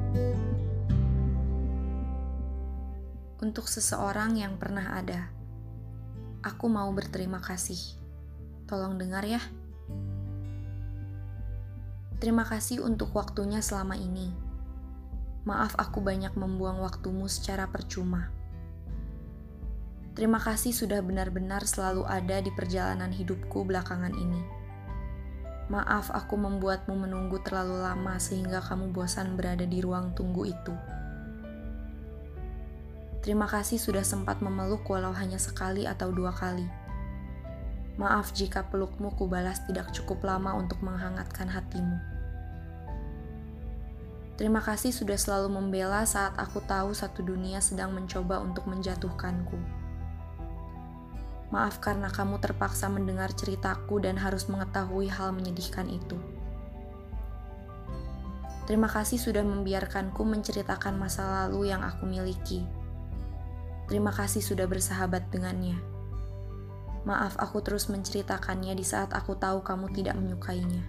Untuk seseorang yang pernah ada, aku mau berterima kasih. Tolong dengar ya. Terima kasih untuk waktunya selama ini. Maaf aku banyak membuang waktumu secara percuma. Terima kasih sudah benar-benar selalu ada di perjalanan hidupku belakangan ini. Maaf aku membuatmu menunggu terlalu lama sehingga kamu bosan berada di ruang tunggu itu. Terima kasih sudah sempat memeluk walau hanya sekali atau 2 kali. Maaf jika pelukmu kubalas tidak cukup lama untuk menghangatkan hatimu. Terima kasih sudah selalu membela saat aku tahu satu dunia sedang mencoba untuk menjatuhkanku. Maaf karena kamu terpaksa mendengar ceritaku dan harus mengetahui hal menyedihkan itu. Terima kasih sudah membiarkanku menceritakan masa lalu yang aku miliki. Terima kasih sudah bersahabat dengannya. Maaf aku terus menceritakannya di saat aku tahu kamu tidak menyukainya.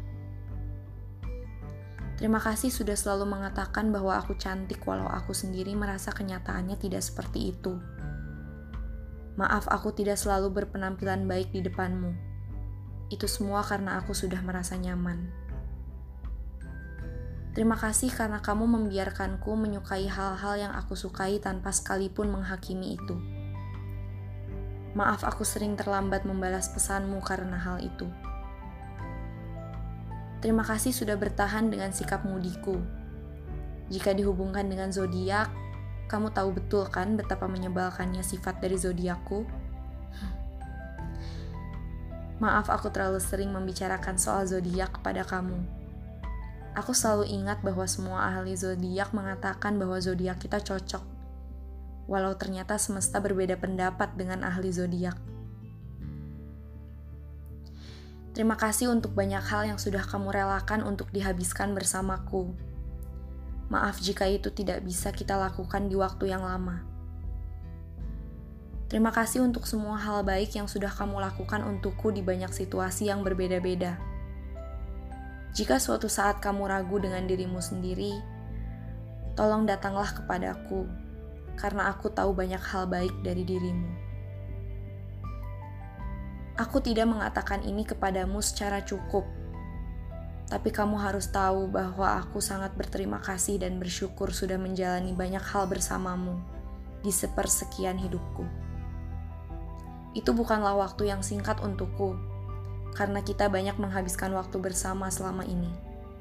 Terima kasih sudah selalu mengatakan bahwa aku cantik walau aku sendiri merasa kenyataannya tidak seperti itu. Maaf aku tidak selalu berpenampilan baik di depanmu. Itu semua karena aku sudah merasa nyaman. Terima kasih karena kamu membiarkanku menyukai hal-hal yang aku sukai tanpa sekalipun menghakimi itu. Maaf aku sering terlambat membalas pesanmu karena hal itu. Terima kasih sudah bertahan dengan sikap mudiku. Jika dihubungkan dengan zodiak, kamu tahu betul kan betapa menyebalkannya sifat dari zodiakku? Maaf aku terlalu sering membicarakan soal zodiak kepada kamu. Aku selalu ingat bahwa semua ahli zodiak mengatakan bahwa zodiak kita cocok, walau ternyata semesta berbeda pendapat dengan ahli zodiak. Terima kasih untuk banyak hal yang sudah kamu relakan untuk dihabiskan bersamaku. Maaf jika itu tidak bisa kita lakukan di waktu yang lama. Terima kasih untuk semua hal baik yang sudah kamu lakukan untukku di banyak situasi yang berbeda-beda. Jika suatu saat kamu ragu dengan dirimu sendiri, tolong datanglah kepadaku, karena aku tahu banyak hal baik dari dirimu. Aku tidak mengatakan ini kepadamu secara cukup, tapi kamu harus tahu bahwa aku sangat berterima kasih dan bersyukur sudah menjalani banyak hal bersamamu di sepersekian hidupku. Itu bukanlah waktu yang singkat untukku, karena kita banyak menghabiskan waktu bersama selama ini.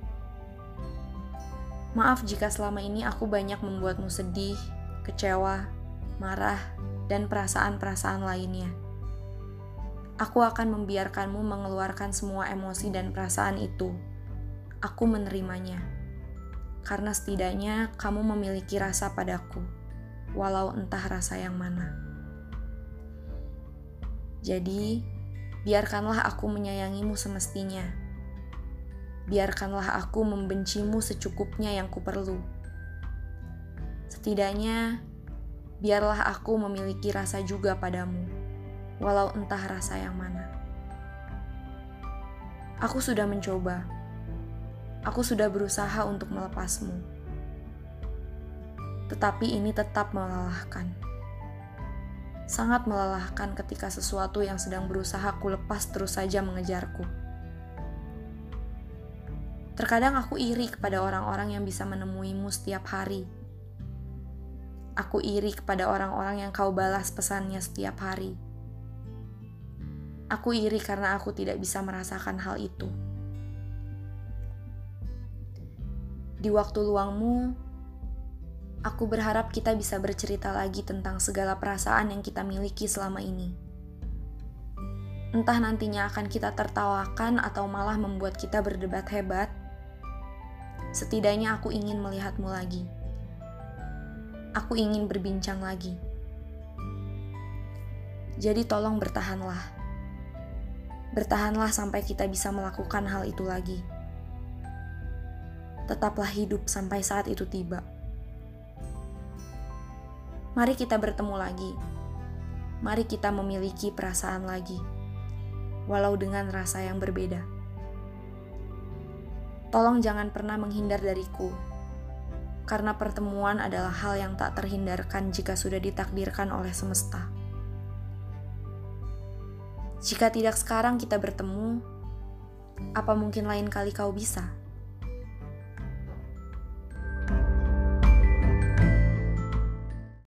Maaf jika selama ini aku banyak membuatmu sedih, kecewa, marah, dan perasaan-perasaan lainnya. Aku akan membiarkanmu mengeluarkan semua emosi dan perasaan itu. Aku menerimanya. Karena setidaknya kamu memiliki rasa padaku, walau entah rasa yang mana. Jadi, biarkanlah aku menyayangimu semestinya. Biarkanlah aku membencimu secukupnya yang kuperlu. Setidaknya, biarlah aku memiliki rasa juga padamu, walau entah rasa yang mana. Aku sudah mencoba. Aku sudah berusaha untuk melepasmu. Tetapi ini tetap melelahkan. Sangat melelahkan ketika sesuatu yang sedang berusaha kulepas terus saja mengejarku. Terkadang aku iri kepada orang-orang yang bisa menemuimu setiap hari. Aku iri kepada orang-orang yang kau balas pesannya setiap hari. Aku iri karena aku tidak bisa merasakan hal itu. Di waktu luangmu, aku berharap kita bisa bercerita lagi tentang segala perasaan yang kita miliki selama ini. Entah nantinya akan kita tertawakan atau malah membuat kita berdebat hebat. Setidaknya aku ingin melihatmu lagi. Aku ingin berbincang lagi. Jadi tolong bertahanlah. Bertahanlah sampai kita bisa melakukan hal itu lagi. Tetaplah hidup sampai saat itu tiba. Mari kita bertemu lagi. Mari kita memiliki perasaan lagi, walau dengan rasa yang berbeda. Tolong jangan pernah menghindar dariku. karena pertemuan adalah hal yang tak terhindarkan jika sudah ditakdirkan oleh semesta. Jika tidak sekarang kita bertemu, apa mungkin lain kali kau bisa?